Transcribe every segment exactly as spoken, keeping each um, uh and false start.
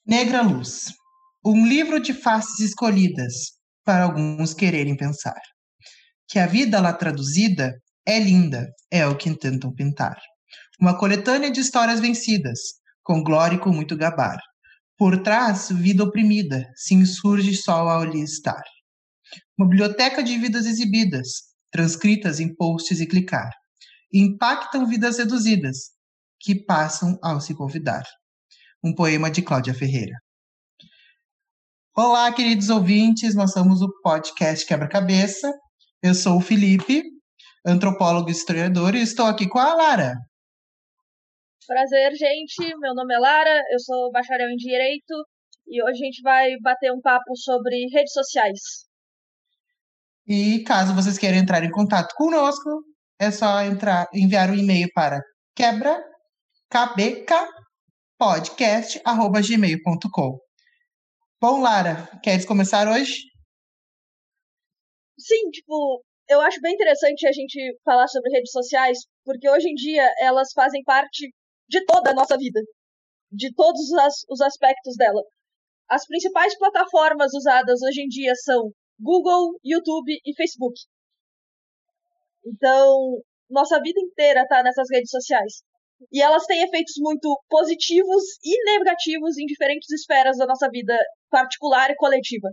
Negra Luz, um livro de faces escolhidas para alguns quererem pensar. Que a vida lá traduzida é linda, é o que tentam pintar. Uma coletânea de histórias vencidas, com glória e com muito gabar. Por trás, vida oprimida, se insurge só ao lhe estar. Uma biblioteca de vidas exibidas, transcritas em posts e clicar. Impactam vidas reduzidas, que passam ao se convidar. Um poema de Cláudia Ferreira. Olá, queridos ouvintes, nós somos o podcast Quebra-Cabeça. Eu sou o Felipe, antropólogo e historiador, e estou aqui com a Lara. Prazer, gente. Meu nome é Lara, eu sou bacharel em Direito e hoje a gente vai bater um papo sobre redes sociais. E caso vocês queiram entrar em contato conosco, é só entrar, enviar um e-mail para quebra-cabeca-podcast arroba gmail ponto com. Bom, Lara, queres começar hoje? Sim, tipo, eu acho bem interessante a gente falar sobre redes sociais, porque hoje em dia elas fazem parte de toda a nossa vida, de todos as, os aspectos dela. As principais plataformas usadas hoje em dia são Google, YouTube e Facebook. Então, nossa vida inteira está nessas redes sociais. E elas têm efeitos muito positivos e negativos em diferentes esferas da nossa vida particular e coletiva.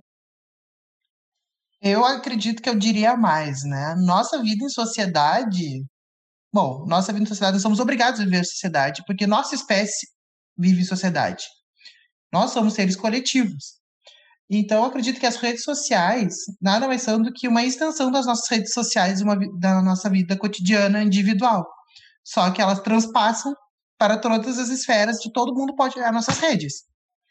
Eu acredito que eu diria mais, né? Nossa vida em sociedade. Bom, nossa vida em sociedade, nós somos obrigados a viver em sociedade, porque nossa espécie vive em sociedade. Nós somos seres coletivos. Então, eu acredito que as redes sociais nada mais são do que uma extensão das nossas redes sociais, uma, da nossa vida cotidiana individual. Só que elas transpassam para todas as esferas de todo mundo pode olhar nossas redes.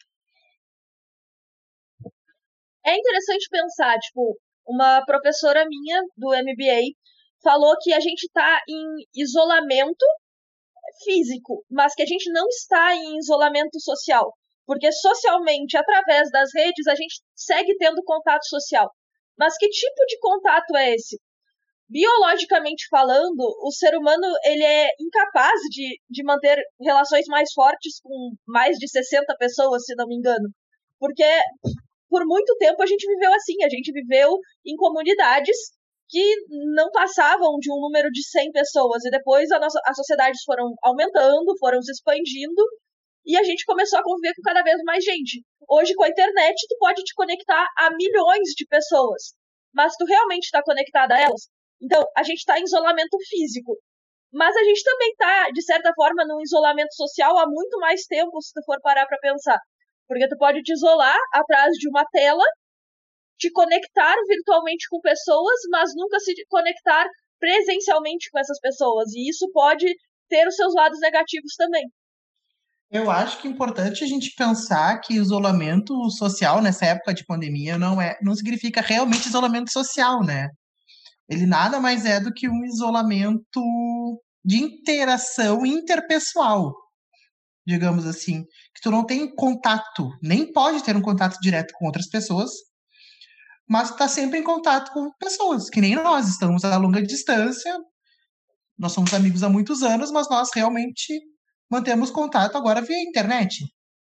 É interessante pensar, tipo, uma professora minha do M B A falou que a gente está em isolamento físico, mas que a gente não está em isolamento social. Porque socialmente, através das redes, a gente segue tendo contato social. Mas que tipo de contato é esse? Biologicamente falando, o ser humano ele é incapaz de, de manter relações mais fortes com mais de sessenta pessoas, se não me engano. Porque por muito tempo a gente viveu assim, a gente viveu em comunidades que não passavam de um número de cem pessoas, e depois a nossa, as sociedades foram aumentando, foram se expandindo, e a gente começou a conviver com cada vez mais gente. Hoje, com a internet, tu pode te conectar a milhões de pessoas, mas tu realmente está conectada a elas? Então, a gente está em isolamento físico, mas a gente também está, de certa forma, num isolamento social há muito mais tempo, se tu for parar para pensar. Porque tu pode te isolar atrás de uma tela, te conectar virtualmente com pessoas, mas nunca se conectar presencialmente com essas pessoas. E isso pode ter os seus lados negativos também. Eu acho que é importante a gente pensar que isolamento social nessa época de pandemia não é, não significa realmente isolamento social, né? Ele nada mais é do que um isolamento de interação interpessoal, digamos assim, que tu não tem contato, nem pode ter um contato direto com outras pessoas, mas está sempre em contato com pessoas, que nem nós estamos a longa distância, nós somos amigos há muitos anos, mas nós realmente mantemos contato agora via internet.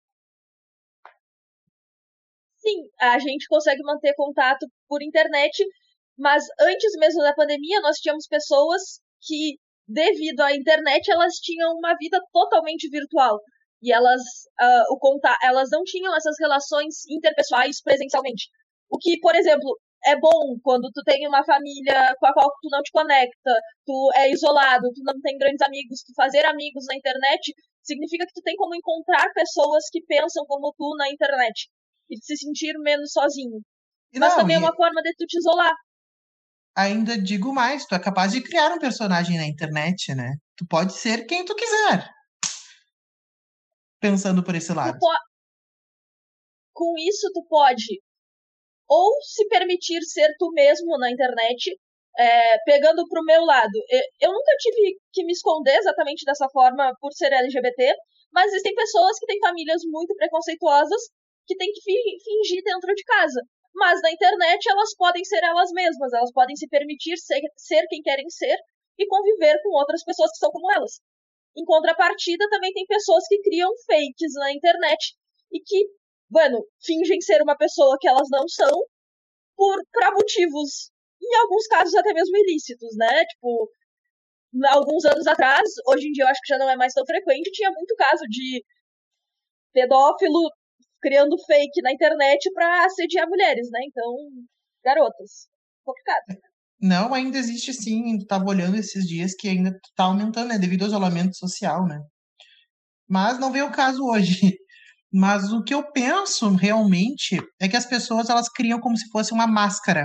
Sim, a gente consegue manter contato por internet, mas antes mesmo da pandemia, nós tínhamos pessoas que, devido à internet, elas tinham uma vida totalmente virtual. E elas, uh, o conta elas não tinham essas relações interpessoais presencialmente. O que, por exemplo, é bom quando tu tem uma família com a qual tu não te conecta, tu é isolado, tu não tem grandes amigos, tu fazer amigos na internet significa que tu tem como encontrar pessoas que pensam como tu na internet e de se sentir menos sozinho. E Mas não, também é e uma forma de tu te isolar. ainda digo mais, tu é capaz de criar um personagem na internet, né? Tu pode ser quem tu quiser, pensando por esse Tu lado. po- Com isso, tu pode ou se permitir ser tu mesmo na internet, é, pegando pro meu lado. Eu nunca tive que me esconder exatamente dessa forma por ser L G B T, mas existem pessoas que têm famílias muito preconceituosas que têm que fingir dentro de casa. Mas na internet elas podem ser elas mesmas, elas podem se permitir ser, ser quem querem ser e conviver com outras pessoas que são como elas. Em contrapartida, também tem pessoas que criam fakes na internet e que bueno, fingem ser uma pessoa que elas não são por para motivos, em alguns casos até mesmo ilícitos, né? Tipo, alguns anos atrás, hoje em dia eu acho que já não é mais tão frequente, tinha muito caso de pedófilo criando fake na internet pra assediar mulheres, né? Então, garotas. Complicado. Não, ainda existe sim. Tu tava olhando esses dias que ainda tá aumentando, né? Devido ao isolamento social, né? Mas não veio o caso hoje. Mas o que eu penso realmente é que as pessoas elas criam como se fosse uma máscara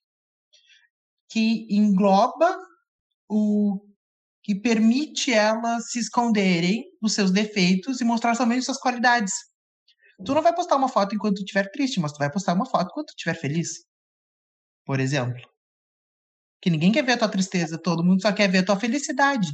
que engloba o que permite elas se esconderem dos seus defeitos e mostrar somente suas qualidades. Tu não vai postar uma foto enquanto tu estiver triste, mas tu vai postar uma foto enquanto tu estiver feliz, por exemplo. Que ninguém quer ver a tua tristeza, todo mundo só quer ver a tua felicidade.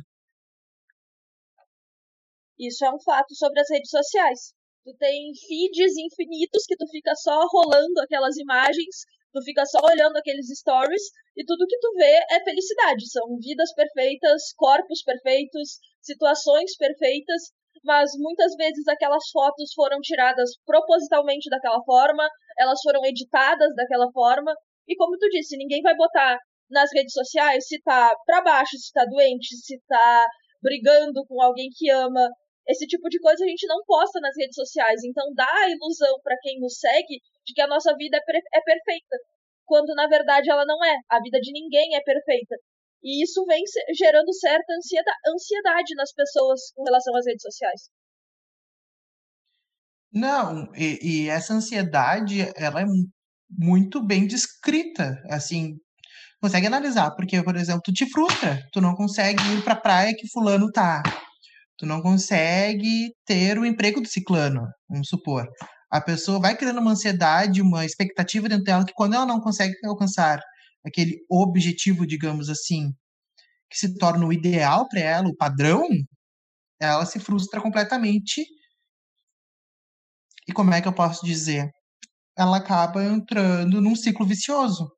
Isso é um fato sobre as redes sociais. Tu tem feeds infinitos que tu fica só rolando aquelas imagens, tu fica só olhando aqueles stories e tudo que tu vê é felicidade. São vidas perfeitas, corpos perfeitos, situações perfeitas, mas muitas vezes aquelas fotos foram tiradas propositalmente daquela forma, elas foram editadas daquela forma, e como tu disse, ninguém vai botar nas redes sociais se tá pra baixo, se tá doente, se tá brigando com alguém que ama. Esse tipo de coisa a gente não posta nas redes sociais, então dá a ilusão para quem nos segue de que a nossa vida é, é perfeita, quando na verdade ela não é. A vida de ninguém é perfeita. E isso vem gerando certa ansiedade, ansiedade nas pessoas com relação às redes sociais. Não, e, e essa ansiedade, ela é muito bem descrita, assim, consegue analisar, porque, por exemplo, tu te frustra, tu não consegue ir pra praia que fulano tá, tu não consegue ter o emprego do ciclano, vamos supor. A pessoa vai criando uma ansiedade, uma expectativa dentro dela que quando ela não consegue alcançar aquele objetivo, digamos assim, que se torna o ideal para ela, o padrão, ela se frustra completamente. E como é que eu posso dizer? Ela acaba entrando num ciclo vicioso.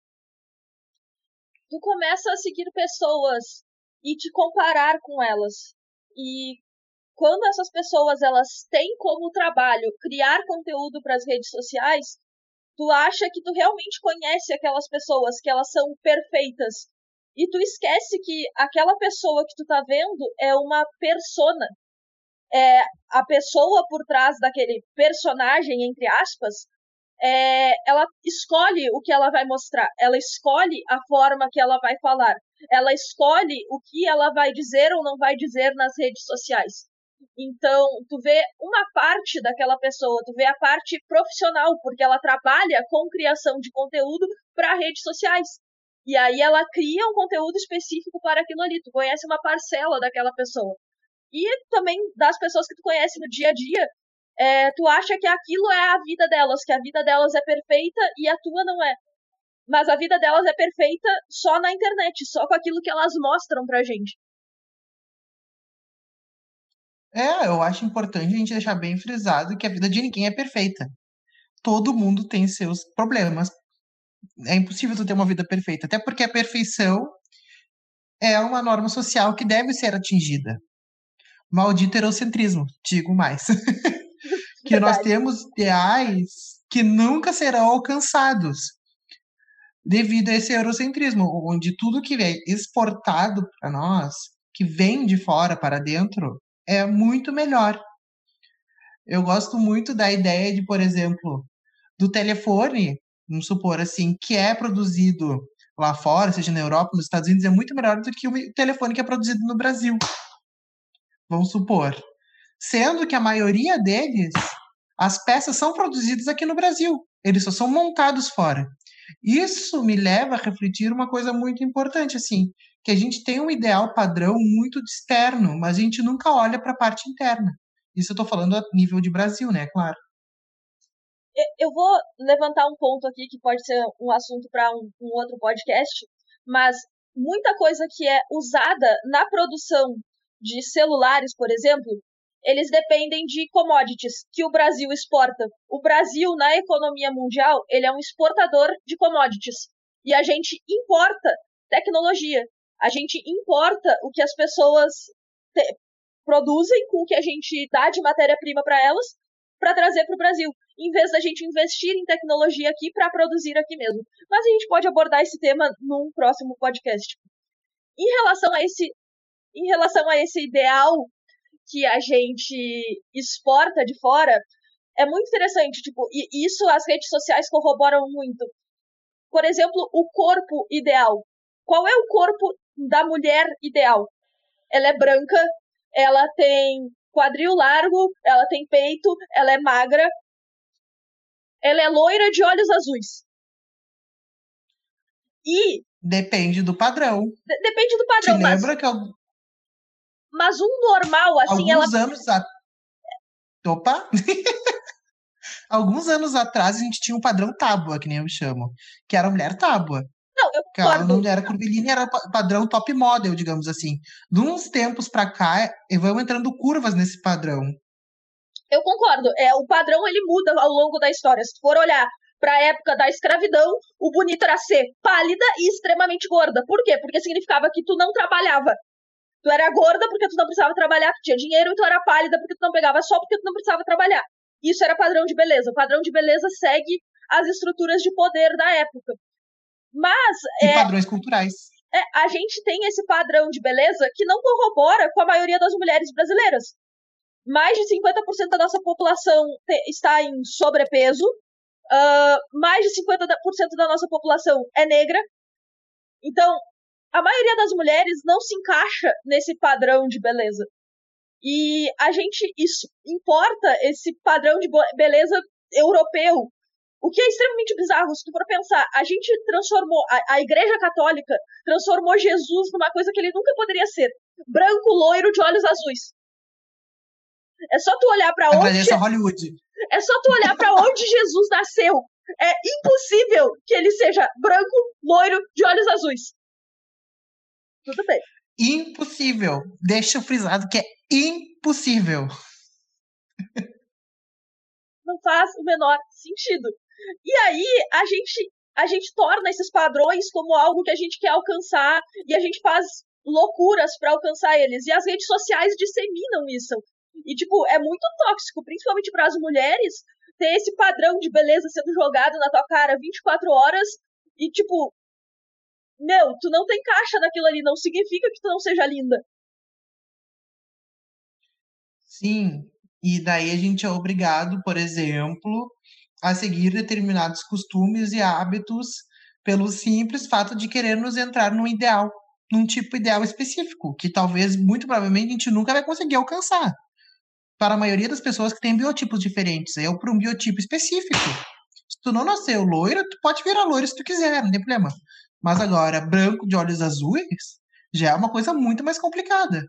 Tu começa a seguir pessoas e te comparar com elas. E quando essas pessoas elas têm como trabalho criar conteúdo para as redes sociais, tu acha que tu realmente conhece aquelas pessoas, que elas são perfeitas. E tu esquece que aquela pessoa que tu tá vendo é uma persona. É a pessoa por trás daquele personagem, entre aspas, é, ela escolhe o que ela vai mostrar, ela escolhe a forma que ela vai falar, ela escolhe o que ela vai dizer ou não vai dizer nas redes sociais. Então, tu vê uma parte daquela pessoa, tu vê a parte profissional, porque ela trabalha com criação de conteúdo para redes sociais. E aí ela cria um conteúdo específico para aquilo ali. Tu conhece uma parcela daquela pessoa. E também das pessoas que tu conhece no dia a dia, é, tu acha que aquilo é a vida delas, que a vida delas é perfeita e a tua não é. Mas a vida delas é perfeita só na internet, só com aquilo que elas mostram pra gente. É, eu acho importante a gente deixar bem frisado que a vida de ninguém é perfeita. Todo mundo tem seus problemas. É impossível tu ter uma vida perfeita, até porque a perfeição é uma norma social que deve ser atingida. Maldito eurocentrismo, digo mais. Que nós Verdade. temos ideais que nunca serão alcançados devido a esse eurocentrismo, onde tudo que é exportado para nós, que vem de fora para dentro, é muito melhor. Eu gosto muito da ideia de, por exemplo, do telefone, vamos supor assim, que é produzido lá fora, seja na Europa, nos Estados Unidos, é muito melhor do que o telefone que é produzido no Brasil. Vamos supor. Sendo que a maioria deles, as peças são produzidas aqui no Brasil. Eles só são montados fora. Isso me leva a refletir uma coisa muito importante, assim, que a gente tem um ideal padrão muito externo, mas a gente nunca olha para a parte interna. Isso eu estou falando a nível de Brasil, né? Claro. Eu vou levantar um ponto aqui que pode ser um assunto para um, um outro podcast, mas muita coisa que é usada na produção de celulares, por exemplo, eles dependem de commodities que o Brasil exporta. O Brasil, na economia mundial, ele é um exportador de commodities. E a gente importa tecnologia. A gente importa o que as pessoas te- produzem com o que a gente dá de matéria-prima para elas para trazer para o Brasil, em vez da gente investir em tecnologia aqui para produzir aqui mesmo. Mas a gente pode abordar esse tema num próximo podcast. Em relação a esse, em relação a esse ideal que a gente exporta de fora, é muito interessante, tipo, e isso as redes sociais corroboram muito. Por exemplo, o corpo ideal. Qual é o corpo da mulher ideal? Ela é branca, ela tem quadril largo, ela tem peito, ela é magra, ela é loira de olhos azuis. E... Depende do padrão. De- depende do padrão, Te mas... lembra que eu... Mas um normal, assim, alguns ela... anos a... Opa! Alguns anos atrás a gente tinha um padrão tábua, que nem eu me chamo, que era a mulher tábua. Não, eu Que ela concordo. não era curvilínea, era pa- padrão top model, digamos assim. De uns tempos pra cá, e vão entrando curvas nesse padrão. Eu concordo. É, o padrão ele muda ao longo da história. Se tu for olhar para a época da escravidão, o bonito era ser pálida e extremamente gorda. Por quê? Porque significava que tu não trabalhava. Tu era gorda porque tu não precisava trabalhar, tu tinha dinheiro, e tu era pálida porque tu não pegava sol porque tu não precisava trabalhar. Isso era padrão de beleza. O padrão de beleza segue as estruturas de poder da época. Mas E é, padrões culturais. é, a gente tem esse padrão de beleza que não corrobora com a maioria das mulheres brasileiras. Mais de cinquenta por cento da nossa população te, está em sobrepeso, uh, mais de cinquenta por cento da nossa população é negra. Então, a maioria das mulheres não se encaixa nesse padrão de beleza. E a gente isso, importa esse padrão de beleza europeu, o que é extremamente bizarro. Se tu for pensar, a gente transformou, a, a Igreja Católica transformou Jesus numa coisa que ele nunca poderia ser. Branco, loiro, de olhos azuis. É só tu olhar para onde... Agradeço a Hollywood. É só tu olhar para onde Jesus nasceu. É impossível que ele seja branco, loiro, de olhos azuis. Tudo bem. Impossível. Deixa frisado que é impossível. Não faz o menor sentido. E aí, a gente, a gente torna esses padrões como algo que a gente quer alcançar e a gente faz loucuras para alcançar eles. E as redes sociais disseminam isso. E, tipo, é muito tóxico, principalmente para as mulheres, ter esse padrão de beleza sendo jogado na tua cara vinte e quatro horas e, tipo, meu, tu não tem caixa naquilo ali, não significa que tu não seja linda. Sim, e daí a gente é obrigado, por exemplo, a seguir determinados costumes e hábitos pelo simples fato de querermos entrar num ideal, num tipo ideal específico, que talvez, muito provavelmente, a gente nunca vai conseguir alcançar. Para a maioria das pessoas que têm biotipos diferentes, eu para um biotipo específico. Se tu não nasceu loira, tu pode virar loira se tu quiser, não tem problema. Mas agora, branco de olhos azuis, já é uma coisa muito mais complicada.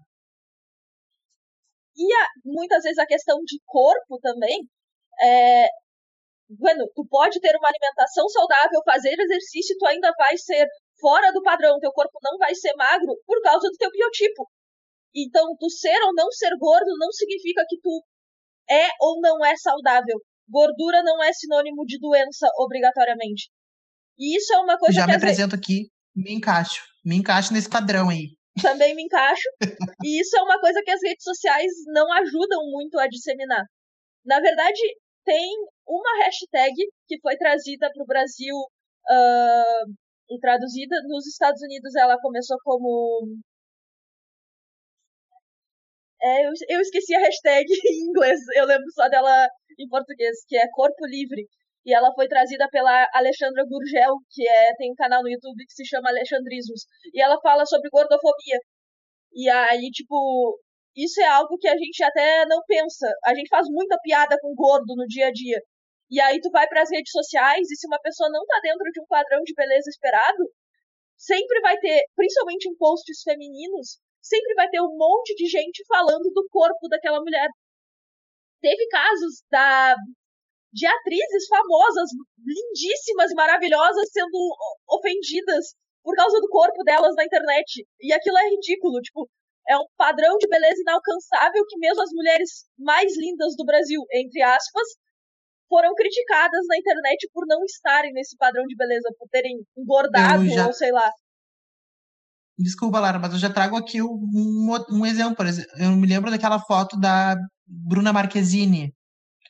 E a, muitas vezes a questão de corpo também, é, bueno, tu pode ter uma alimentação saudável, fazer exercício, tu ainda vai ser fora do padrão, teu corpo não vai ser magro por causa do teu biotipo. Então, tu ser ou não ser gordo não significa que tu é ou não é saudável. Gordura não é sinônimo de doença, obrigatoriamente. E isso é uma coisa Já que... me apresento aqui, me encaixo. Me encaixo nesse padrão aí. Também me encaixo. E isso é uma coisa que as redes sociais não ajudam muito a disseminar. Na verdade, tem uma hashtag que foi trazida para o Brasil uh, e traduzida. Nos Estados Unidos ela começou como... É, eu, eu esqueci a hashtag em inglês, eu lembro só dela em português, que é Corpo Livre. E ela foi trazida pela Alexandra Gurgel, que é, tem um canal no YouTube que se chama Alexandrismos. E ela fala sobre gordofobia. E aí, tipo, isso é algo que a gente até não pensa. A gente faz muita piada com gordo no dia a dia. E aí tu vai para as redes sociais e se uma pessoa não tá dentro de um padrão de beleza esperado, sempre vai ter, principalmente em posts femininos, sempre vai ter um monte de gente falando do corpo daquela mulher. Teve casos da, de atrizes famosas, lindíssimas e maravilhosas, sendo ofendidas por causa do corpo delas na internet. E aquilo é ridículo, tipo, é um padrão de beleza inalcançável que mesmo as mulheres mais lindas do Brasil, entre aspas, foram criticadas na internet por não estarem nesse padrão de beleza, por terem engordado já... ou sei lá. Desculpa, Lara, mas eu já trago aqui um, um exemplo. Por exemplo, eu me lembro daquela foto da Bruna Marquezine,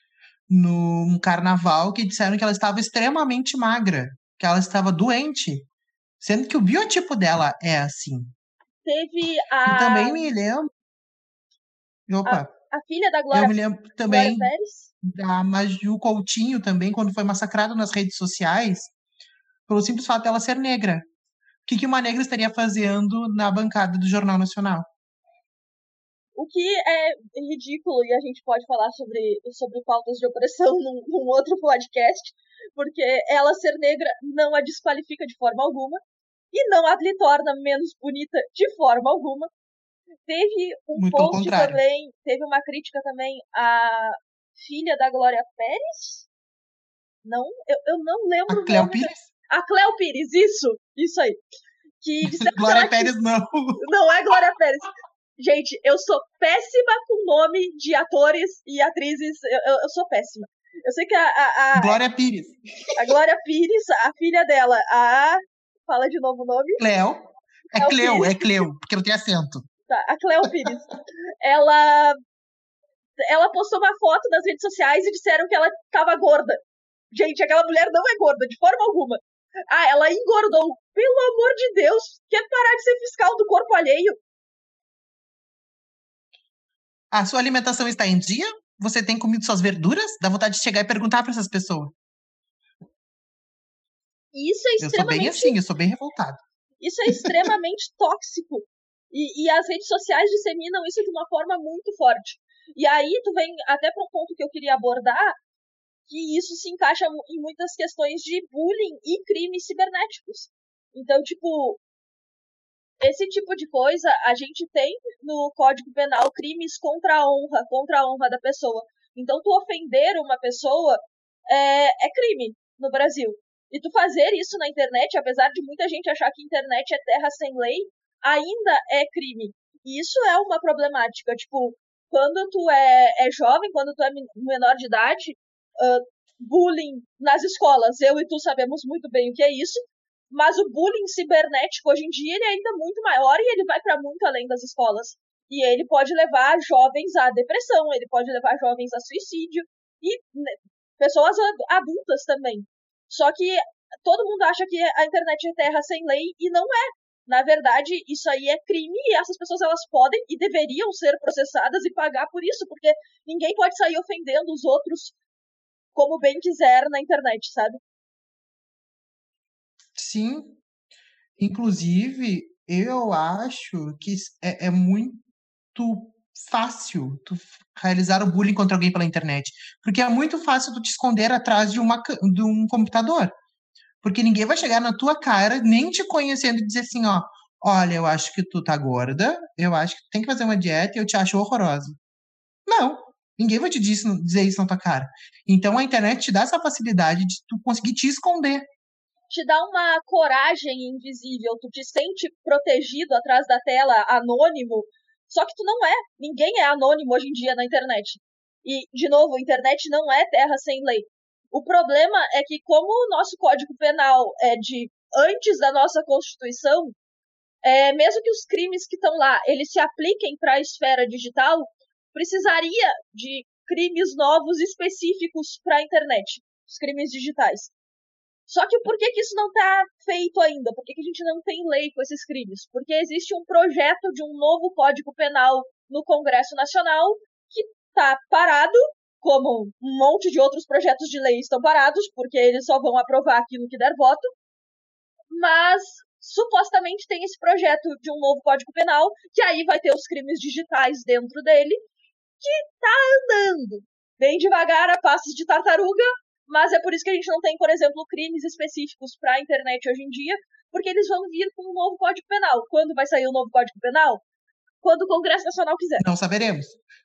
num carnaval que disseram que ela estava extremamente magra, que ela estava doente, sendo que o biotipo dela é assim. Teve E a, também me lembro, a, opa, a filha da eu Glória, me lembro Glória também Pérez. da Maju Coutinho também, quando foi massacrada nas redes sociais, pelo simples fato dela ser negra. O que, que uma negra estaria fazendo na bancada do Jornal Nacional? O que é ridículo, e a gente pode falar sobre, sobre pautas de opressão num, num outro podcast, porque ela ser negra não a desqualifica de forma alguma, e não a lhe torna menos bonita de forma alguma. Teve um Muito pelo post contrário. também, teve uma crítica também à filha da Glória Pérez. Não, eu, eu não A lembro o Cleo nome da. Pires? A Cleo Pires, isso, isso aí. Que disseram que Glória ela tinha. Pérez, não. Não é Glória Pérez. Gente, eu sou péssima com nome de atores e atrizes. Eu, eu, eu sou péssima. Eu sei que a, a, a, Glória Pires. a Glória Pires, a filha dela, a. Fala de novo o nome. Cleo. É Cleo Cleo, Pires. é Cleo, porque não tem acento. Tá, a Cleo Pires. Ela. Ela postou uma foto nas redes sociais e disseram que ela tava gorda. Gente, aquela mulher não é gorda, de forma alguma. Ah, ela engordou. Pelo amor de Deus, quer parar de ser fiscal do corpo alheio? A sua alimentação está em dia? Você tem comido suas verduras? Dá vontade de chegar e perguntar para essas pessoas. Isso é Eu sou bem extremamente. assim, eu sou bem revoltado. Isso é extremamente tóxico. E, e as redes sociais disseminam isso de uma forma muito forte. E aí tu vem até para um ponto que eu queria abordar, que isso se encaixa em muitas questões de bullying e crimes cibernéticos. Então, tipo, esse tipo de coisa a gente tem no Código Penal crimes contra a honra, contra a honra da pessoa. Então, tu ofender uma pessoa é, é crime no Brasil. E tu fazer isso na internet, apesar de muita gente achar que a internet é terra sem lei, ainda é crime. E isso é uma problemática. Tipo, quando tu é, é jovem, quando tu é menor de idade, uh, bullying nas escolas, eu e tu sabemos muito bem o que é isso, mas o bullying cibernético hoje em dia ele é ainda muito maior e ele vai para muito além das escolas. E ele pode levar jovens à depressão, ele pode levar jovens a suicídio e né, pessoas adultas também. Só que todo mundo acha que a internet é terra sem lei e não é. Na verdade, isso aí é crime e essas pessoas elas podem e deveriam ser processadas e pagar por isso, porque ninguém pode sair ofendendo os outros como bem quiser na internet, sabe? Sim, inclusive, eu acho que é, é muito fácil tu realizar o bullying contra alguém pela internet. Porque é muito fácil tu te esconder atrás de, uma, de um computador. Porque ninguém vai chegar na tua cara, nem te conhecendo, e dizer assim, ó, olha, eu acho que tu tá gorda, eu acho que tu tem que fazer uma dieta e eu te acho horrorosa. Não, ninguém vai te dizer, dizer isso na tua cara. Então a internet te dá essa facilidade de tu conseguir te esconder. Te dá uma coragem invisível, tu te sente protegido atrás da tela, anônimo, só que tu não é. Ninguém é anônimo hoje em dia na internet. E, de novo, a internet não é terra sem lei. O problema é que, como o nosso Código Penal é de antes da nossa Constituição, é, mesmo que os crimes que estão lá eles se apliquem para a esfera digital, precisaria de crimes novos específicos para a internet, os crimes digitais. Só que por que, que isso não está feito ainda? Por que, que a gente não tem lei com esses crimes? Porque existe um projeto de um novo Código Penal no Congresso Nacional que está parado, como um monte de outros projetos de lei estão parados, porque eles só vão aprovar aquilo que der voto. Mas supostamente tem esse projeto de um novo Código Penal, que aí vai ter os crimes digitais dentro dele, que está andando bem devagar, a passos de tartaruga, mas é por isso que a gente não tem, por exemplo, crimes específicos para a internet hoje em dia, porque eles vão vir com um novo Código Penal. Quando vai sair o novo Código Penal? Quando o Congresso Nacional quiser. Não saberemos.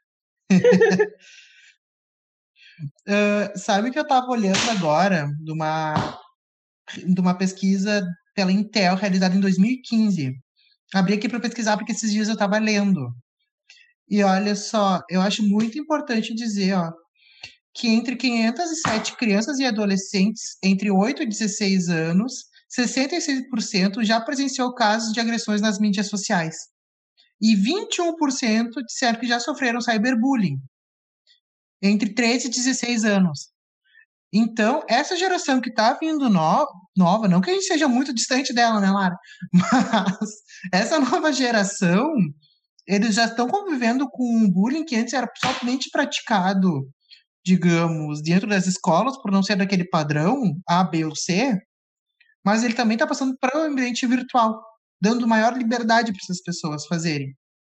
uh, sabe que eu estava olhando agora de uma, de uma pesquisa pela Intel realizada em dois mil e quinze. Abri aqui para pesquisar porque esses dias eu estava lendo. E olha só, eu acho muito importante dizer, ó, que entre quinhentas e sete crianças e adolescentes entre oito e dezesseis anos, sessenta e seis por cento já presenciou casos de agressões nas mídias sociais. E vinte e um por cento disseram que já sofreram cyberbullying. entre treze e dezesseis anos. Então, essa geração que tá vindo no, nova, não que a gente seja muito distante dela, né, Lara? Mas essa nova geração, eles já estão convivendo com um bullying que antes era somente praticado, digamos, dentro das escolas, por não ser daquele padrão A, B ou C, mas ele também está passando para o ambiente virtual, dando maior liberdade para essas pessoas fazerem.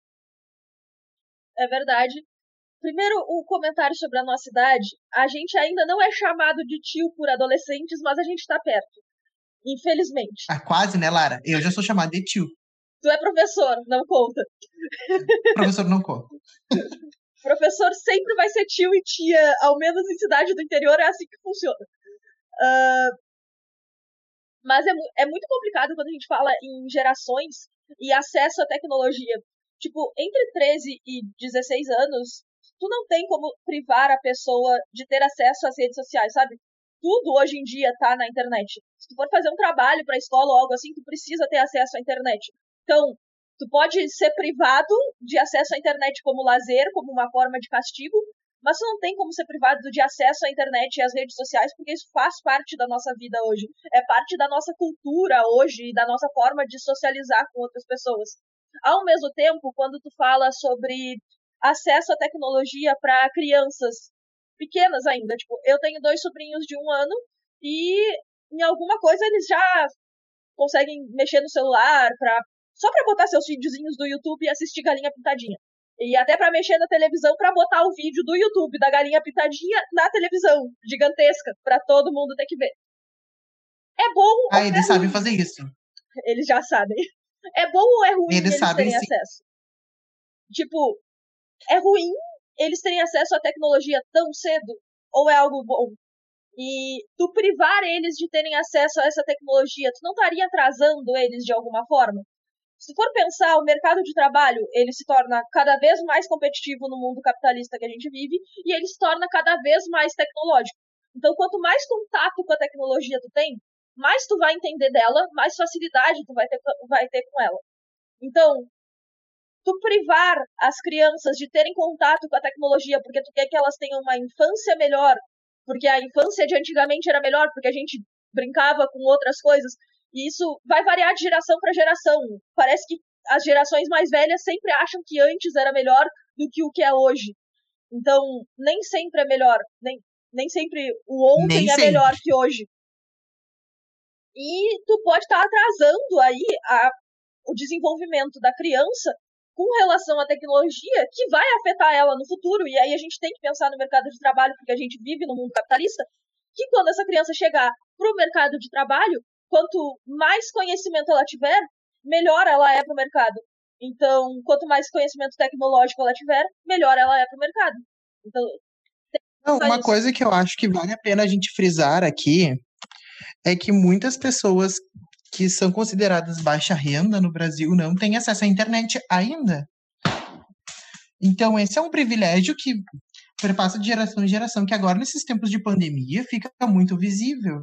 É verdade. Primeiro, o comentário sobre a nossa idade. A gente ainda não é chamado de tio por adolescentes, mas a gente está perto. Infelizmente. Ah, quase, né, Lara? Eu já sou chamada de tio. Tu é professor, não conta. Professor não conta. Professor sempre vai ser tio e tia, ao menos em cidade do interior, é assim que funciona. Uh, mas é, é muito complicado quando a gente fala em gerações e acesso à tecnologia. Tipo, entre treze e dezesseis anos, tu não tem como privar a pessoa de ter acesso às redes sociais, sabe? Tudo hoje em dia tá na internet. Se tu for fazer um trabalho pra escola ou algo assim, tu precisa ter acesso à internet. Então, tu pode ser privado de acesso à internet como lazer, como uma forma de castigo, mas tu não tem como ser privado de acesso à internet e às redes sociais, porque isso faz parte da nossa vida hoje. É parte da nossa cultura hoje e da nossa forma de socializar com outras pessoas. Ao mesmo tempo, quando tu fala sobre acesso à tecnologia para crianças pequenas ainda, tipo, eu tenho dois sobrinhos de um ano e em alguma coisa eles já conseguem mexer no celular pra, só para botar seus videozinhos do YouTube e assistir Galinha Pintadinha. E até para mexer na televisão para botar o vídeo do YouTube da Galinha Pintadinha na televisão, gigantesca, para todo mundo ter que ver. É bom ah, ou eles é sabem ruim? fazer isso. Eles já sabem. É bom ou é ruim Eles, eles sabem terem sim. acesso? Tipo, é ruim eles terem acesso à tecnologia tão cedo? Ou é algo bom? E tu privar eles de terem acesso a essa tecnologia, tu não estaria atrasando eles de alguma forma? Se for pensar, o mercado de trabalho, ele se torna cada vez mais competitivo no mundo capitalista que a gente vive, e ele se torna cada vez mais tecnológico. Então, quanto mais contato com a tecnologia tu tem, mais tu vai entender dela, mais facilidade tu vai ter, vai ter com ela. Então, tu privar as crianças de terem contato com a tecnologia porque tu quer que elas tenham uma infância melhor, porque a infância de antigamente era melhor, porque a gente brincava com outras coisas, e isso vai variar de geração para geração. Parece que as gerações mais velhas sempre acham que antes era melhor do que o que é hoje. Então, nem sempre é melhor, nem, nem sempre o ontem Nem é sempre. melhor que hoje. E tu pode estar atrasando aí a, o desenvolvimento da criança com relação à tecnologia que vai afetar ela no futuro. E aí a gente tem que pensar no mercado de trabalho, porque a gente vive no mundo capitalista, que quando essa criança chegar para o mercado de trabalho, quanto mais conhecimento ela tiver, melhor ela é para o mercado. Então, quanto mais conhecimento tecnológico ela tiver, melhor ela é para o mercado. Então, Não, uma isso. coisa que eu acho que vale a pena a gente frisar aqui é que muitas pessoas que são consideradas baixa renda no Brasil não têm acesso à internet ainda. Então, esse é um privilégio que perpassa de geração em geração, que agora, nesses tempos de pandemia, fica muito visível.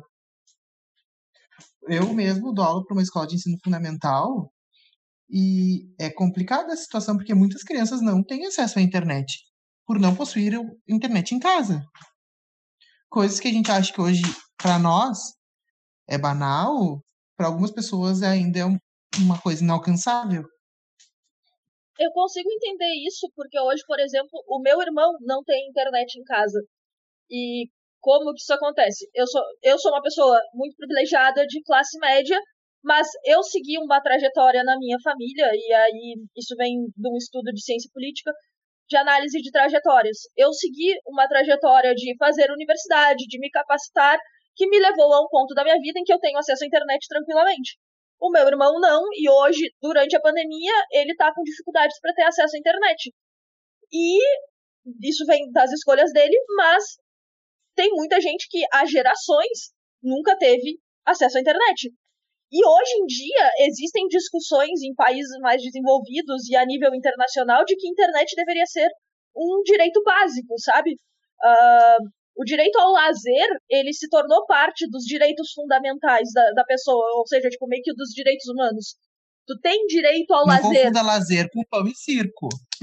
Eu mesmo dou aula para uma escola de ensino fundamental e é complicada a situação porque muitas crianças não têm acesso à internet por não possuir internet em casa. Coisas que a gente acha que hoje, para nós, é banal, para algumas pessoas ainda é uma coisa inalcançável. Eu consigo entender isso porque hoje, por exemplo, o meu irmão não tem internet em casa. E como que isso acontece? Eu sou, eu sou uma pessoa muito privilegiada de classe média, mas eu segui uma trajetória na minha família, e aí isso vem de um estudo de ciência política, de análise de trajetórias. Eu segui uma trajetória de fazer universidade, de me capacitar, que me levou a um ponto da minha vida em que eu tenho acesso à internet tranquilamente. O meu irmão não, e hoje, durante a pandemia, ele está com dificuldades para ter acesso à internet. E isso vem das escolhas dele, mas tem muita gente que há gerações nunca teve acesso à internet. E hoje em dia existem discussões em países mais desenvolvidos e a nível internacional de que a internet deveria ser um direito básico, sabe? Uh, o direito ao lazer, ele se tornou parte dos direitos fundamentais da, da pessoa, ou seja, tipo, meio que dos direitos humanos. Tu tem direito ao Não lazer. confunda lazer com pão e circo.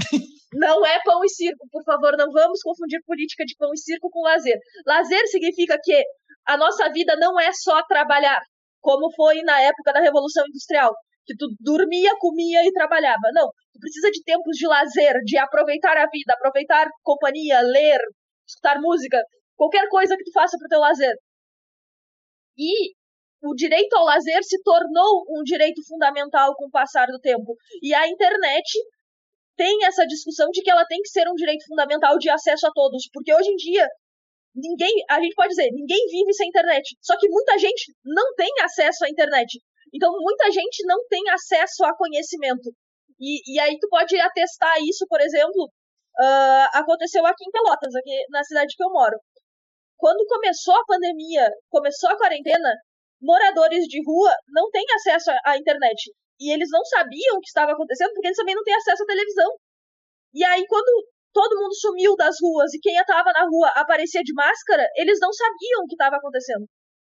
Não é pão e circo, por favor, não vamos confundir política de pão e circo com lazer. Lazer significa que a nossa vida não é só trabalhar, como foi na época da Revolução Industrial, que tu dormia, comia e trabalhava. Não, tu precisa de tempos de lazer, de aproveitar a vida, aproveitar companhia, ler, escutar música, qualquer coisa que tu faça pro teu lazer. E o direito ao lazer se tornou um direito fundamental com o passar do tempo. E a internet tem essa discussão de que ela tem que ser um direito fundamental de acesso a todos, porque hoje em dia ninguém, a gente pode dizer, ninguém vive sem internet, só que muita gente não tem acesso à internet, então muita gente não tem acesso a conhecimento, e, e aí tu pode atestar isso, por exemplo, uh, aconteceu aqui em Pelotas, aqui na cidade que eu moro, quando começou a pandemia, começou a quarentena, moradores de rua não têm acesso à internet, e eles não sabiam o que estava acontecendo, porque eles também não têm acesso à televisão. E aí, quando todo mundo sumiu das ruas e quem estava na rua aparecia de máscara, eles não sabiam o que estava acontecendo.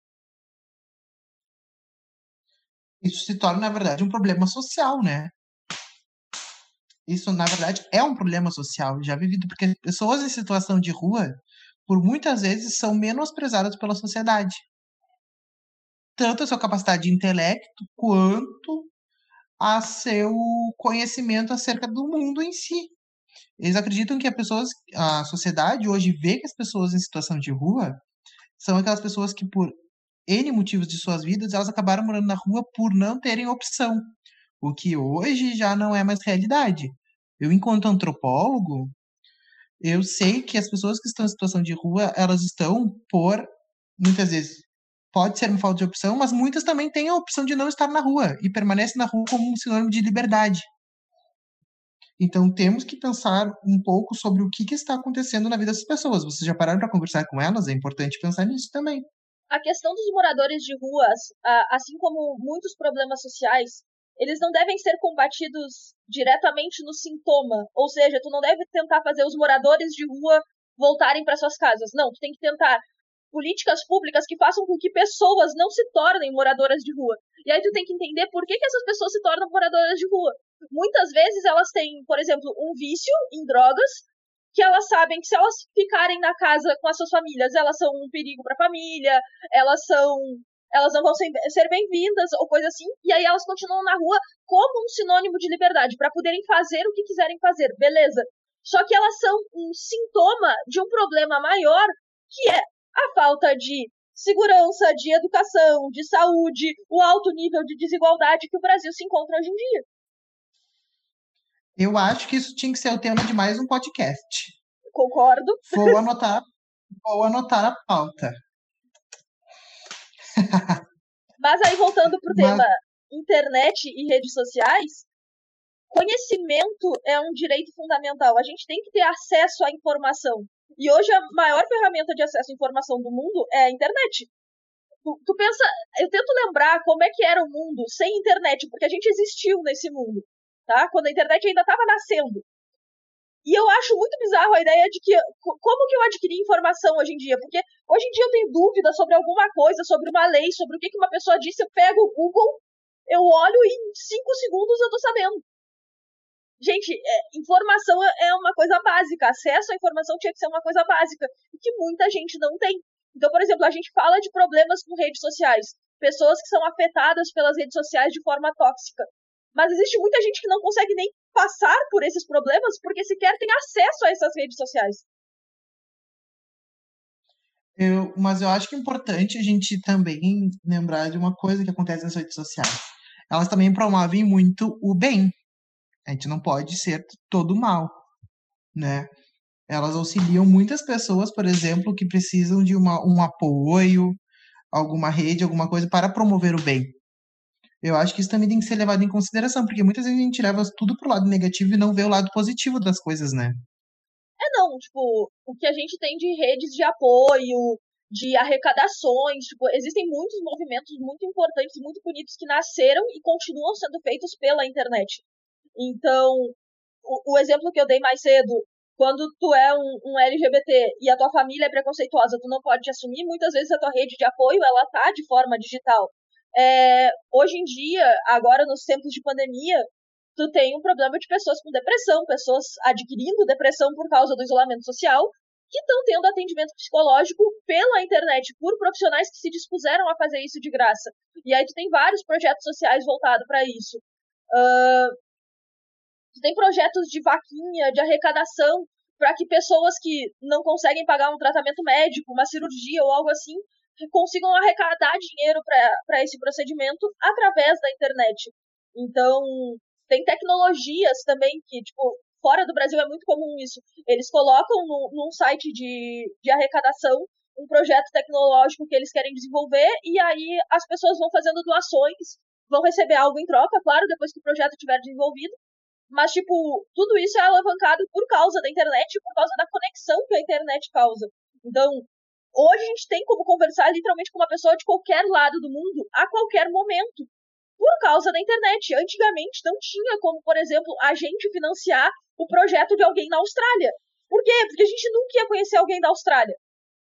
Isso se torna, na verdade, um problema social, né? Isso, na verdade, é um problema social já vivido, porque pessoas em situação de rua, por muitas vezes, são menosprezadas pela sociedade. Tanto a sua capacidade de intelecto, quanto a seu conhecimento acerca do mundo em si. Eles acreditam que a, pessoas, a sociedade hoje vê que as pessoas em situação de rua são aquelas pessoas que, por N motivos de suas vidas, elas acabaram morando na rua por não terem opção, o que hoje já não é mais realidade. Eu, enquanto antropólogo, eu sei que as pessoas que estão em situação de rua, elas estão por, muitas vezes, pode ser uma falta de opção, mas muitas também têm a opção de não estar na rua e permanecem na rua como um sinônimo de liberdade. Então, temos que pensar um pouco sobre o que, que está acontecendo na vida dessas pessoas. Vocês já pararam para conversar com elas? É importante pensar nisso também. A questão dos moradores de ruas, assim como muitos problemas sociais, eles não devem ser combatidos diretamente no sintoma. Ou seja, tu não deve tentar fazer os moradores de rua voltarem para suas casas. Não, tu tem que tentar políticas públicas que façam com que pessoas não se tornem moradoras de rua. E aí tu tem que entender por que, que essas pessoas se tornam moradoras de rua. Muitas vezes elas têm, por exemplo, um vício em drogas, que elas sabem que se elas ficarem na casa com as suas famílias, elas são um perigo para a família, elas são, elas não vão ser, ser bem-vindas ou coisa assim, e aí elas continuam na rua como um sinônimo de liberdade, para poderem fazer o que quiserem fazer, beleza. Só que elas são um sintoma de um problema maior, que é a falta de segurança, de educação, de saúde, o alto nível de desigualdade que o Brasil se encontra hoje em dia. Eu acho que isso tinha que ser o tema de mais um podcast. Concordo. Vou anotar, vou anotar a pauta. Mas aí, voltando pro Mas... tema internet e redes sociais, conhecimento é um direito fundamental. A gente tem que ter acesso à informação. E hoje a maior ferramenta de acesso à informação do mundo é a internet. Tu, tu pensa, eu tento lembrar como é que era o mundo sem internet, porque a gente existiu nesse mundo, tá? Quando a internet ainda estava nascendo. E eu acho muito bizarro a ideia de que, como que eu adquiri informação hoje em dia? Porque hoje em dia eu tenho dúvida sobre alguma coisa, sobre uma lei, sobre o que uma pessoa disse, eu pego o Google, eu olho e em cinco segundos eu tô sabendo. Gente, é, informação é uma coisa básica, acesso à informação tinha que ser uma coisa básica, que muita gente não tem. Então, por exemplo, a gente fala de problemas com redes sociais, pessoas que são afetadas pelas redes sociais de forma tóxica. Mas existe muita gente que não consegue nem passar por esses problemas porque sequer tem acesso a essas redes sociais. Eu, mas eu acho que é importante a gente também lembrar de uma coisa que acontece nas redes sociais. Elas também promovem muito o bem. A gente não pode ser todo mal, né? Elas auxiliam muitas pessoas, por exemplo, que precisam de uma, um apoio, alguma rede, alguma coisa para promover o bem. Eu acho que isso também tem que ser levado em consideração, porque muitas vezes a gente leva tudo pro lado negativo e não vê o lado positivo das coisas, né? É não, tipo, o que a gente tem de redes de apoio, de arrecadações, tipo, existem muitos movimentos muito importantes, muito bonitos que nasceram e continuam sendo feitos pela internet. Então, o, o exemplo que eu dei mais cedo, quando tu é um, um L G B T e a tua família é preconceituosa, tu não pode te assumir, muitas vezes a tua rede de apoio, ela tá de forma digital. É, hoje em dia, agora nos tempos de pandemia, tu tem um problema de pessoas com depressão, pessoas adquirindo depressão por causa do isolamento social, que estão tendo atendimento psicológico pela internet, por profissionais que se dispuseram a fazer isso de graça. E aí tu tem vários projetos sociais voltados para isso. Uh, tu tem projetos de vaquinha, de arrecadação, para que pessoas que não conseguem pagar um tratamento médico, uma cirurgia ou algo assim, consigam arrecadar dinheiro para esse procedimento através da internet. Então, tem tecnologias também que, tipo, fora do Brasil é muito comum isso. Eles colocam no, num site de, de arrecadação um projeto tecnológico que eles querem desenvolver e aí as pessoas vão fazendo doações, vão receber algo em troca, claro, depois que o projeto estiver desenvolvido. Mas, tipo, tudo isso é alavancado por causa da internet e por causa da conexão que a internet causa. Então, hoje a gente tem como conversar literalmente com uma pessoa de qualquer lado do mundo, a qualquer momento, por causa da internet. Antigamente não tinha como, por exemplo, a gente financiar o projeto de alguém na Austrália. Por quê? Porque a gente nunca ia conhecer alguém da Austrália.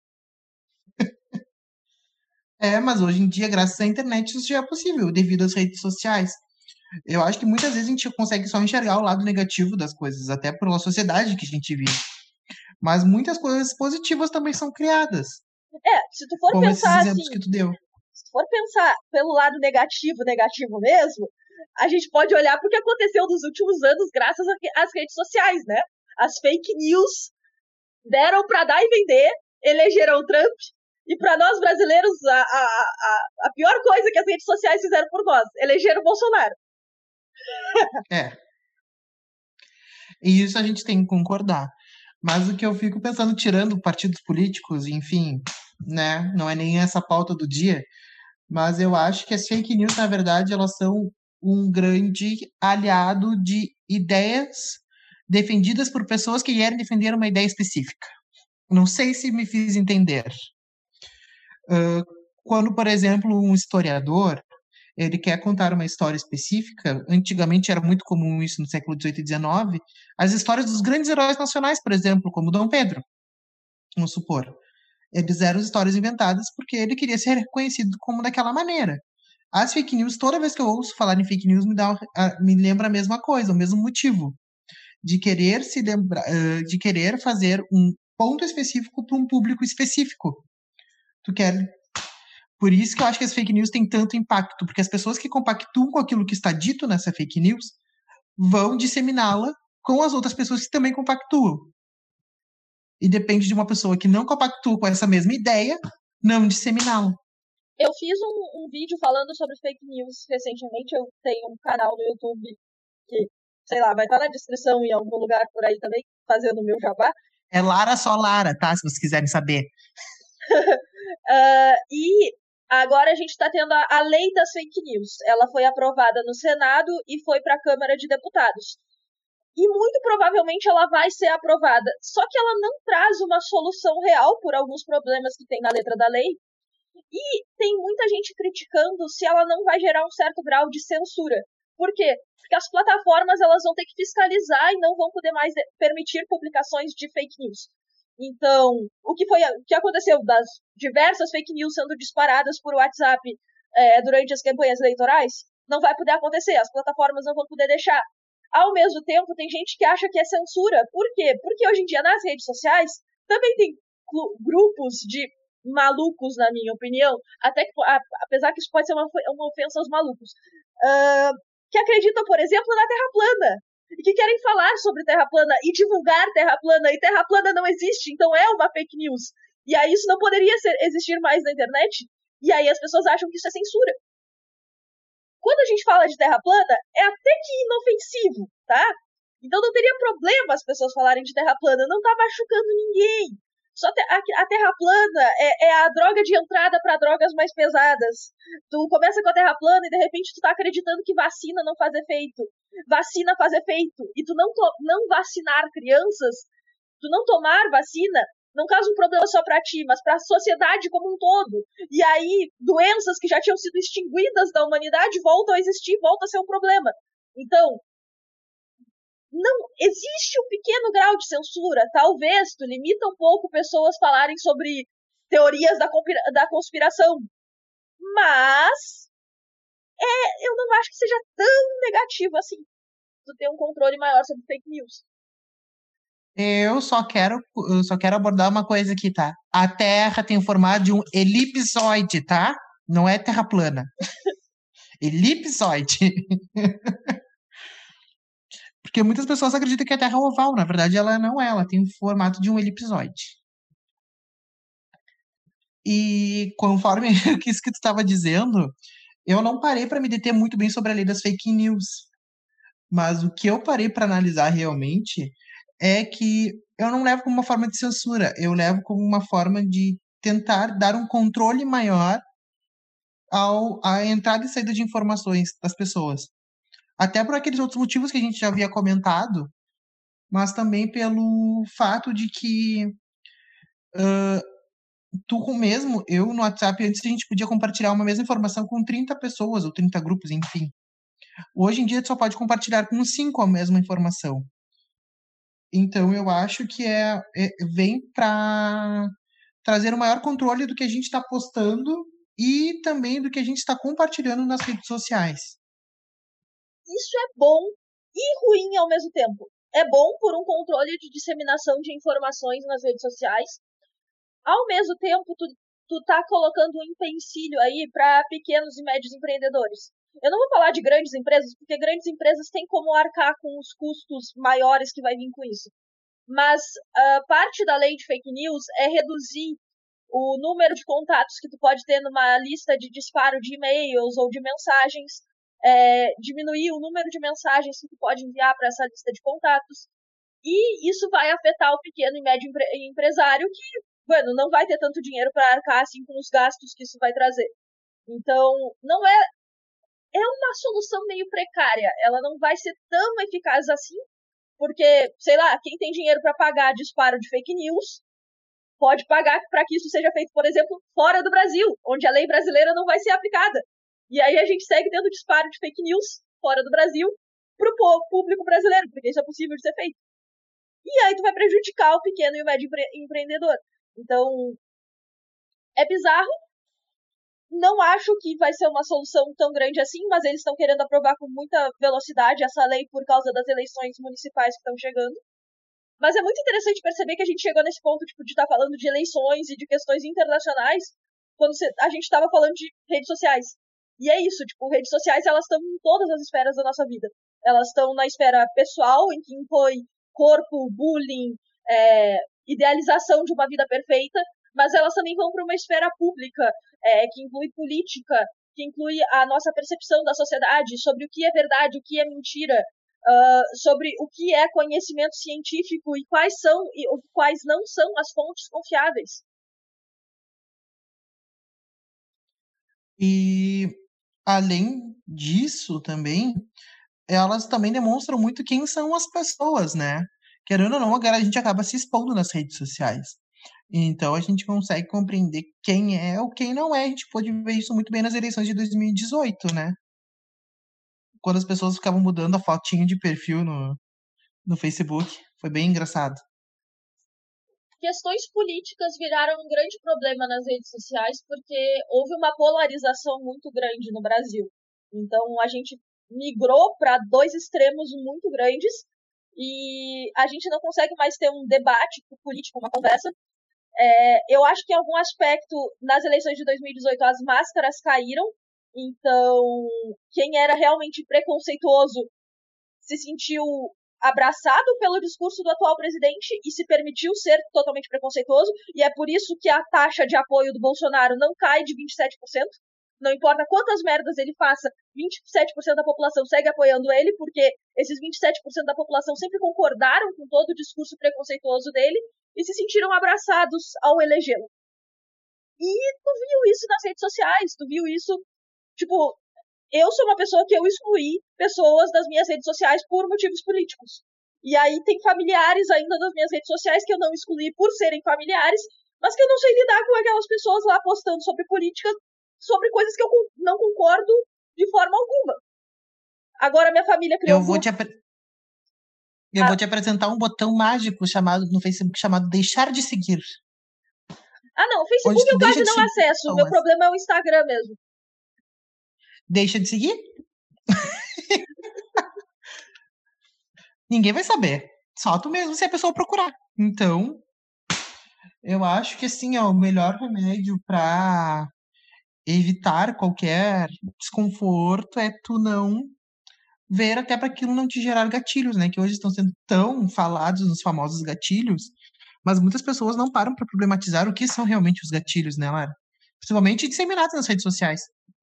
É, mas hoje em dia, graças à internet, isso já é possível, devido às redes sociais. Eu acho que muitas vezes a gente consegue só enxergar o lado negativo das coisas, até pela sociedade que a gente vive. Mas muitas coisas positivas também são criadas. É, se tu for como pensar esses exemplos assim, que tu deu. Se tu for pensar pelo lado negativo, negativo mesmo, a gente pode olhar para o que aconteceu nos últimos anos graças às redes sociais, né? As fake news deram para dar e vender, elegeram o Trump, e para nós brasileiros, a, a, a, a pior coisa que as redes sociais fizeram por nós, elegeram o Bolsonaro. É. E isso a gente tem que concordar. Mas o que eu fico pensando, tirando partidos políticos, enfim, né, não é nem essa pauta do dia, mas eu acho que as fake news, na verdade, elas são um grande aliado de ideias defendidas por pessoas que querem defender uma ideia específica. Não sei se me fiz entender. Uh, quando, por exemplo, um historiador ele quer contar uma história específica, antigamente era muito comum isso no século dezoito e dezenove, as histórias dos grandes heróis nacionais, por exemplo, como Dom Pedro, vamos supor. Eles eram histórias inventadas porque ele queria ser reconhecido como daquela maneira. As fake news, toda vez que eu ouço falar em fake news, me, dá, me lembra a mesma coisa, o mesmo motivo. De querer se lembrar, de querer fazer um ponto específico para um público específico. Tu quer Por isso que eu acho que as fake news têm tanto impacto, porque as pessoas que compactuam com aquilo que está dito nessa fake news vão disseminá-la com as outras pessoas que também compactuam. E depende de uma pessoa que não compactua com essa mesma ideia, não disseminá-la. Eu fiz um, um vídeo falando sobre fake news recentemente. Eu tenho um canal no YouTube que, sei lá, vai estar na descrição em algum lugar por aí também, fazendo o meu jabá. É Lara só Lara, tá? Se vocês quiserem saber. uh, e agora a gente está tendo a, a lei das fake news. Ela foi aprovada no Senado e foi para a Câmara de Deputados. E muito provavelmente ela vai ser aprovada. Só que ela não traz uma solução real por alguns problemas que tem na letra da lei. E tem muita gente criticando se ela não vai gerar um certo grau de censura. Por quê? Porque as plataformas elas vão ter que fiscalizar e não vão poder mais permitir publicações de fake news. Então, o que foi, o que aconteceu das diversas fake news sendo disparadas por WhatsApp é, durante as campanhas eleitorais, não vai poder acontecer, as plataformas não vão poder deixar. Ao mesmo tempo, tem gente que acha que é censura. Por quê? Porque hoje em dia, nas redes sociais, também tem grupos de malucos, na minha opinião, até que, apesar que isso pode ser uma, uma ofensa aos malucos, uh, que acreditam, por exemplo, na Terra plana. E que querem falar sobre Terra plana e divulgar Terra plana, e Terra plana não existe, então é uma fake news. E aí isso não poderia ser, existir mais na internet, e aí as pessoas acham que isso é censura. Quando a gente fala de Terra plana, é até que inofensivo, tá? Então não teria problema as pessoas falarem de Terra plana, não tá machucando ninguém. Só a Terra plana é, é a droga de entrada para drogas mais pesadas. Tu começa com a Terra plana e de repente tu tá acreditando que vacina não faz efeito. Vacina faz efeito. E tu não, não vacinar crianças, tu não tomar vacina, não causa um problema só para ti, mas para a sociedade como um todo. E aí, doenças que já tinham sido extinguidas da humanidade voltam a existir, voltam a ser um problema. Então, não existe um pequeno grau de censura. Talvez tu limita um pouco pessoas falarem sobre teorias da, da conspiração. Mas é, eu não acho que seja tão negativo assim. tu ter um controle maior sobre fake news. Eu só quero, eu só quero abordar uma coisa aqui, tá? A Terra tem o formato de um elipsoide, tá? Não é terra plana. Elipsoide. Porque muitas pessoas acreditam que a Terra é oval. Na verdade, ela não é. Ela tem o formato de um elipsoide. E conforme isso que tu estava dizendo, eu não parei para me deter muito bem sobre a lei das fake news. Mas o que eu parei para analisar realmente é que eu não levo como uma forma de censura, eu levo como uma forma de tentar dar um controle maior ao, à entrada e saída de informações das pessoas. Até por aqueles outros motivos que a gente já havia comentado, mas também pelo fato de que uh, tu mesmo, eu no WhatsApp, antes a gente podia compartilhar uma mesma informação com trinta pessoas ou trinta grupos, enfim. Hoje em dia, tu só pode compartilhar com cinco a mesma informação. Então, eu acho que é, é vem para trazer o maior controle do que a gente está postando e também do que a gente está compartilhando nas redes sociais. Isso é bom e ruim ao mesmo tempo. É bom por um controle de disseminação de informações nas redes sociais. Ao mesmo tempo, tu, tu tá colocando um empecilho aí para pequenos e médios empreendedores. Eu não vou falar de grandes empresas, porque grandes empresas têm como arcar com os custos maiores que vai vir com isso. Mas uh, parte da lei de fake news é reduzir o número de contatos que tu pode ter numa lista de disparo de e-mails ou de mensagens, é, diminuir o número de mensagens que tu pode enviar para essa lista de contatos. E isso vai afetar o pequeno e médio empre- empresário que, bueno, não vai ter tanto dinheiro para arcar assim com os gastos que isso vai trazer. Então, não é é uma solução meio precária. Ela não vai ser tão eficaz assim, porque, sei lá, quem tem dinheiro para pagar disparo de fake news pode pagar para que isso seja feito, por exemplo, fora do Brasil, onde a lei brasileira não vai ser aplicada. E aí a gente segue tendo disparo de fake news fora do Brasil para o público brasileiro, porque isso é possível de ser feito. E aí tu vai prejudicar o pequeno e o médio empre- empreendedor. Então, é bizarro. Não acho que vai ser uma solução tão grande assim, mas eles estão querendo aprovar com muita velocidade essa lei por causa das eleições municipais que estão chegando. Mas é muito interessante perceber que a gente chegou nesse ponto tipo, de estar tá falando de eleições e de questões internacionais quando a gente estava falando de redes sociais. E é isso, tipo, redes sociais elas estão em todas as esferas da nossa vida. Elas estão na esfera pessoal, em que impõe corpo, bullying, é, idealização de uma vida perfeita, mas elas também vão para uma esfera pública, é, que inclui política, que inclui a nossa percepção da sociedade sobre o que é verdade, o que é mentira, uh, sobre o que é conhecimento científico e quais são e quais não são as fontes confiáveis. E, além disso, também, elas também demonstram muito quem são as pessoas, né? Querendo ou não, agora a gente acaba se expondo nas redes sociais. Então a gente consegue compreender quem é ou quem não é. A gente pôde ver isso muito bem nas eleições de dois mil e dezoito, né? Quando as pessoas ficavam mudando a fotinho de perfil no, no Facebook. Foi bem engraçado. Questões políticas viraram um grande problema nas redes sociais porque houve uma polarização muito grande no Brasil. Então a gente migrou para dois extremos muito grandes e a gente não consegue mais ter um debate político, uma conversa. É, eu acho que em algum aspecto, nas eleições de dois mil e dezoito, as máscaras caíram. Então, quem era realmente preconceituoso se sentiu abraçado pelo discurso do atual presidente e se permitiu ser totalmente preconceituoso, e é por isso que a taxa de apoio do Bolsonaro não cai de vinte e sete por cento. Não importa quantas merdas ele faça, vinte e sete por cento da população segue apoiando ele, porque esses vinte e sete por cento da população sempre concordaram com todo o discurso preconceituoso dele e se sentiram abraçados ao elegê-lo. E tu viu isso nas redes sociais, tu viu isso, tipo, eu sou uma pessoa que eu excluí pessoas das minhas redes sociais por motivos políticos. E aí tem familiares ainda das minhas redes sociais que eu não excluí por serem familiares, mas que eu não sei lidar com aquelas pessoas lá postando sobre política, sobre coisas que eu não concordo de forma alguma. Agora minha família criou Eu um vou grupo... te, apre... eu ah, vou te apresentar um botão mágico chamado no Facebook chamado deixar de seguir. ah, não, o Onde Facebook tu eu deixa quase de não seguir acesso. O meu pessoas. problema é o Instagram mesmo. Deixa de seguir? ninguém vai saber. Só tu mesmo se a pessoa procurar. Então, eu acho que assim, ó, o melhor remédio pra evitar qualquer desconforto é tu não ver até para aquilo não te gerar gatilhos, né? Que hoje estão sendo tão falados nos famosos gatilhos, mas muitas pessoas não param para problematizar o que são realmente os gatilhos, né, Lara? Principalmente disseminados nas redes sociais.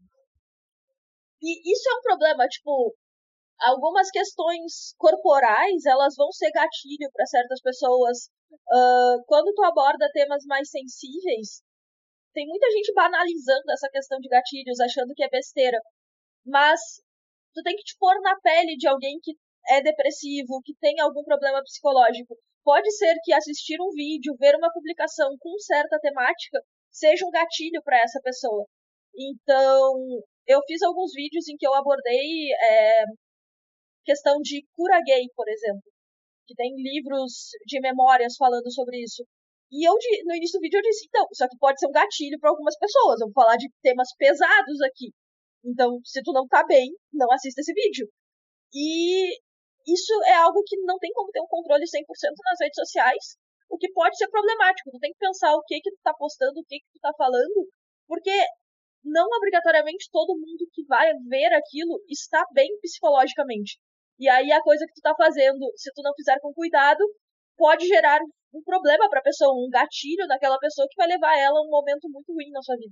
E isso é um problema, tipo, algumas questões corporais, elas vão ser gatilho para certas pessoas. Uh, quando tu aborda temas mais sensíveis, tem muita gente banalizando essa questão de gatilhos, achando que é besteira. Mas tu tem que te pôr na pele de alguém que é depressivo, que tem algum problema psicológico. Pode ser que assistir um vídeo, ver uma publicação com certa temática, seja um gatilho para essa pessoa. Então, eu fiz alguns vídeos em que eu abordei é, questão de cura gay, por exemplo, que tem livros de memórias falando sobre isso. E eu, no início do vídeo, eu disse, então, isso aqui pode ser um gatilho para algumas pessoas. Eu vou falar de temas pesados aqui. Então, se tu não tá bem, não assista esse vídeo. E isso é algo que não tem como ter um controle cem por cento nas redes sociais, o que pode ser problemático. Tu tem que pensar o que que tu tá postando, o que que tu tá falando, porque não obrigatoriamente todo mundo que vai ver aquilo está bem psicologicamente. E aí a coisa que tu tá fazendo, se tu não fizer com cuidado, pode gerar um problema pra pessoa, um gatilho naquela pessoa que vai levar ela a um momento muito ruim na sua vida.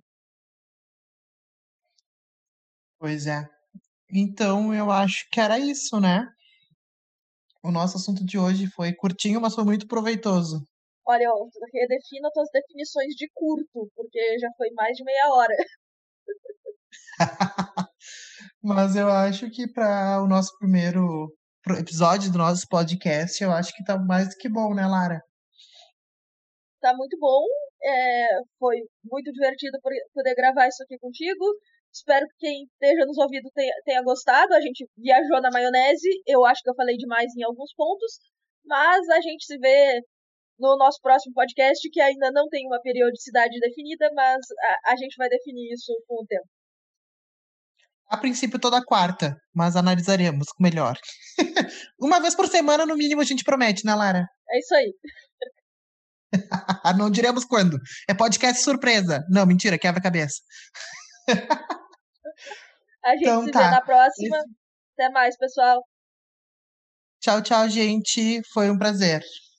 Pois é. Então, eu acho que era isso, né? O nosso assunto de hoje foi curtinho, mas foi muito proveitoso. Olha, ó, redefina tuas definições de curto, porque já foi mais de meia hora. Mas eu acho que para o nosso primeiro pro- episódio do nosso podcast, eu acho que tá mais do que bom, né, Lara? Tá muito bom. É, foi muito divertido poder gravar isso aqui contigo. Espero que quem esteja nos ouvindo tenha, tenha gostado. A gente viajou na maionese. Eu acho que eu falei demais em alguns pontos. Mas a gente se vê no nosso próximo podcast, que ainda não tem uma periodicidade definida, mas a, a gente vai definir isso com o tempo. A princípio, toda quarta, mas analisaremos melhor. Uma vez por semana, no mínimo, a gente promete, né, Lara? É isso aí. Não diremos quando. É podcast surpresa. Não, mentira, quebra-cabeça. A gente Então se vê tá. na próxima. Esse- Até mais, pessoal. Tchau, tchau, gente. Foi um prazer.